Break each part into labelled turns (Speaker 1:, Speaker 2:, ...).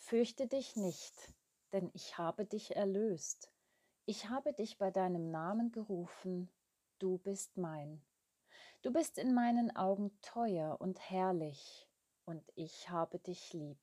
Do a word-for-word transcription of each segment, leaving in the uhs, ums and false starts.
Speaker 1: Fürchte dich nicht, denn ich habe dich erlöst. Ich habe dich bei deinem Namen gerufen, du bist mein. Du bist in meinen Augen teuer und herrlich, und ich habe dich lieb.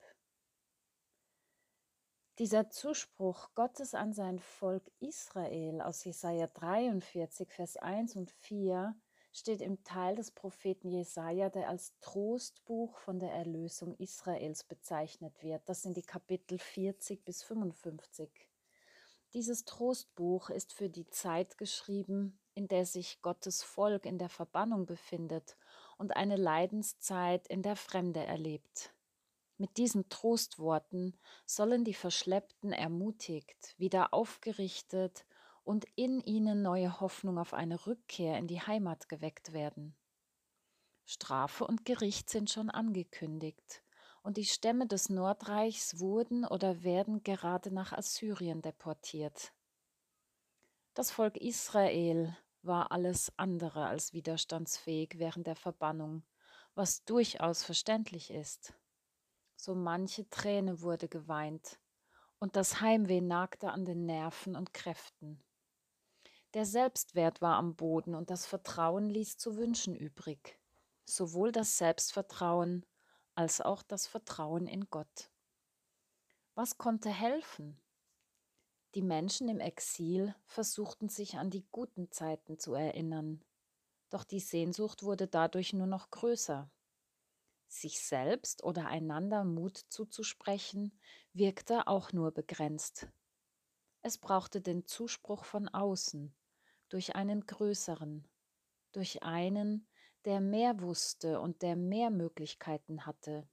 Speaker 1: Dieser Zuspruch Gottes an sein Volk Israel aus Jesaja dreiundvierzig, Vers eins und vier steht im Teil des Propheten Jesaja, der als Trostbuch von der Erlösung Israels bezeichnet wird. Das sind die Kapitel vierzig bis fünfundfünfzig. Dieses Trostbuch ist für die Zeit geschrieben, in der sich Gottes Volk in der Verbannung befindet und eine Leidenszeit in der Fremde erlebt. Mit diesen Trostworten sollen die Verschleppten ermutigt, wieder aufgerichtet und in ihnen neue Hoffnung auf eine Rückkehr in die Heimat geweckt werden. Strafe und Gericht sind schon angekündigt, und die Stämme des Nordreichs wurden oder werden gerade nach Assyrien deportiert. Das Volk Israel war alles andere als widerstandsfähig während der Verbannung, was durchaus verständlich ist. So manche Träne wurde geweint, und das Heimweh nagte an den Nerven und Kräften. Der Selbstwert war am Boden und das Vertrauen ließ zu wünschen übrig. Sowohl das Selbstvertrauen als auch das Vertrauen in Gott. Was konnte helfen? Die Menschen im Exil versuchten sich an die guten Zeiten zu erinnern, doch die Sehnsucht wurde dadurch nur noch größer. Sich selbst oder einander Mut zuzusprechen, wirkte auch nur begrenzt. Es brauchte den Zuspruch von außen, durch einen größeren, durch einen, der mehr wusste und der mehr Möglichkeiten hatte.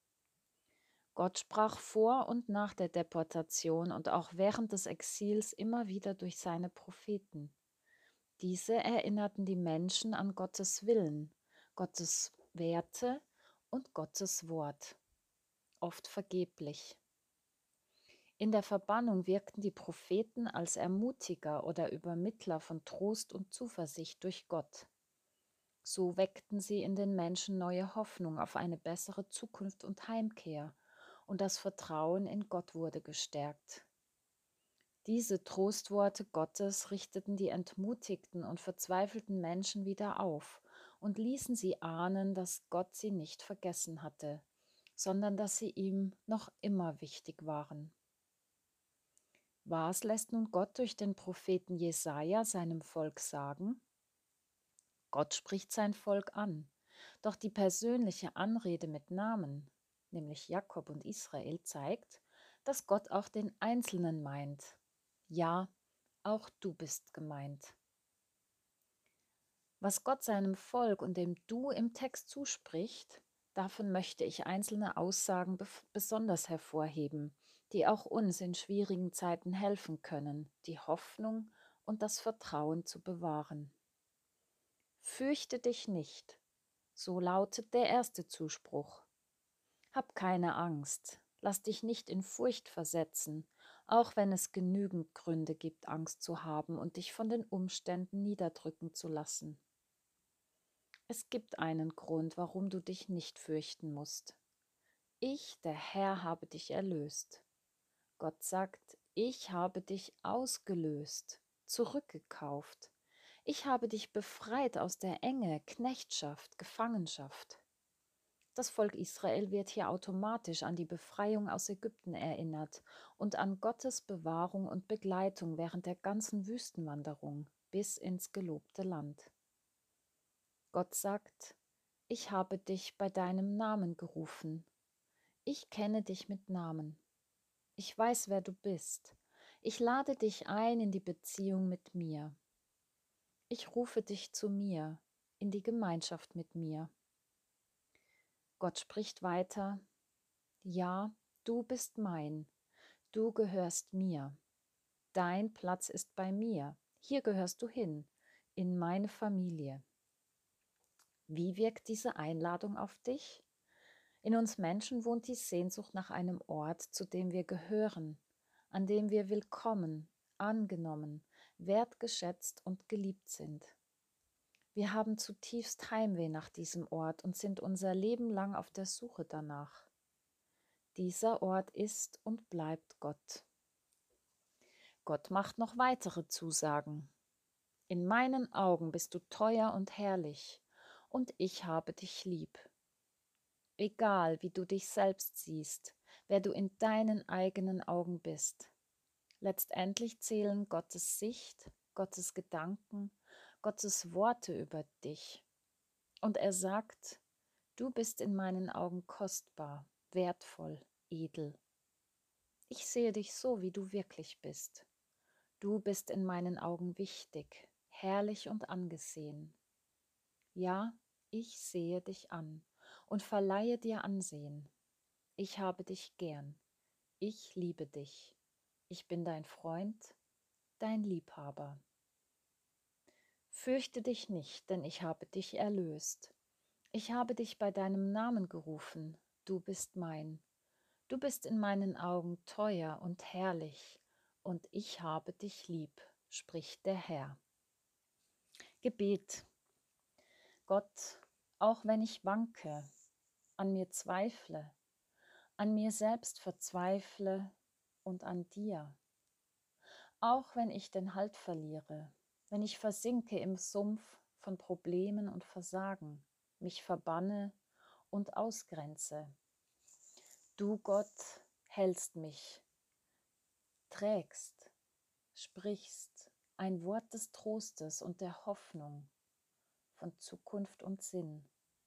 Speaker 1: Gott sprach vor und nach der Deportation und auch während des Exils immer wieder durch seine Propheten. Diese erinnerten die Menschen an Gottes Willen, Gottes Werte und Gottes Wort, oft vergeblich. In der Verbannung wirkten die Propheten als Ermutiger oder Übermittler von Trost und Zuversicht durch Gott. So weckten sie in den Menschen neue Hoffnung auf eine bessere Zukunft und Heimkehr, und das Vertrauen in Gott wurde gestärkt. Diese Trostworte Gottes richteten die entmutigten und verzweifelten Menschen wieder auf und ließen sie ahnen, dass Gott sie nicht vergessen hatte, sondern dass sie ihm noch immer wichtig waren. Was lässt nun Gott durch den Propheten Jesaja seinem Volk sagen? Gott spricht sein Volk an, doch die persönliche Anrede mit Namen, nämlich Jakob und Israel, zeigt, dass Gott auch den Einzelnen meint. Ja, auch du bist gemeint. Was Gott seinem Volk und dem Du im Text zuspricht, davon möchte ich einzelne Aussagen besonders hervorheben, die auch uns in schwierigen Zeiten helfen können, die Hoffnung und das Vertrauen zu bewahren. Fürchte dich nicht, so lautet der erste Zuspruch. Hab keine Angst, lass dich nicht in Furcht versetzen, auch wenn es genügend Gründe gibt, Angst zu haben und dich von den Umständen niederdrücken zu lassen. Es gibt einen Grund, warum du dich nicht fürchten musst. Ich, der Herr, habe dich erlöst. Gott sagt, ich habe dich ausgelöst, zurückgekauft. Ich habe dich befreit aus der Enge, Knechtschaft, Gefangenschaft. Das Volk Israel wird hier automatisch an die Befreiung aus Ägypten erinnert und an Gottes Bewahrung und Begleitung während der ganzen Wüstenwanderung bis ins gelobte Land. Gott sagt, ich habe dich bei deinem Namen gerufen. Ich kenne dich mit Namen. Ich weiß, wer du bist. Ich lade dich ein in die Beziehung mit mir. Ich rufe dich zu mir, in die Gemeinschaft mit mir. Gott spricht weiter, ja, du bist mein, du gehörst mir. Dein Platz ist bei mir, hier gehörst du hin, in meine Familie. Wie wirkt diese Einladung auf dich? In uns Menschen wohnt die Sehnsucht nach einem Ort, zu dem wir gehören, an dem wir willkommen, angenommen, wertgeschätzt und geliebt sind. Wir haben zutiefst Heimweh nach diesem Ort und sind unser Leben lang auf der Suche danach. Dieser Ort ist und bleibt Gott. Gott macht noch weitere Zusagen. In meinen Augen bist du teuer und herrlich, und ich habe dich lieb. Egal, wie du dich selbst siehst, wer du in deinen eigenen Augen bist. Letztendlich zählen Gottes Sicht, Gottes Gedanken, Gottes Worte über dich. Und er sagt, du bist in meinen Augen kostbar, wertvoll, edel. Ich sehe dich so, wie du wirklich bist. Du bist in meinen Augen wichtig, herrlich und angesehen. Ja, ich sehe dich an und verleihe dir Ansehen. Ich habe dich gern. Ich liebe dich. Ich bin dein Freund, dein Liebhaber. Fürchte dich nicht, denn ich habe dich erlöst. Ich habe dich bei deinem Namen gerufen. Du bist mein. Du bist in meinen Augen teuer und herrlich, und ich habe dich lieb, spricht der Herr. Gebet. Gott, auch wenn ich wanke, an mir zweifle, an mir selbst verzweifle und an dir, auch wenn ich den Halt verliere, wenn ich versinke im Sumpf von Problemen und Versagen, mich verbanne und ausgrenze. Du, Gott, hältst mich, trägst, sprichst ein Wort des Trostes und der Hoffnung, von Zukunft und Sinn.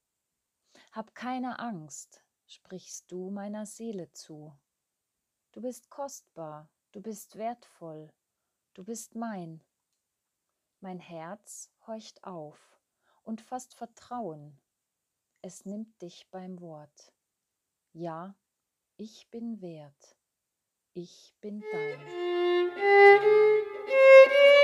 Speaker 1: Hab keine Angst, sprichst du meiner Seele zu. Du bist kostbar, du bist wertvoll, du bist mein. Mein Herz horcht auf und fasst Vertrauen. Es nimmt dich beim Wort. Ja, ich bin wert. Ich bin dein. Amen.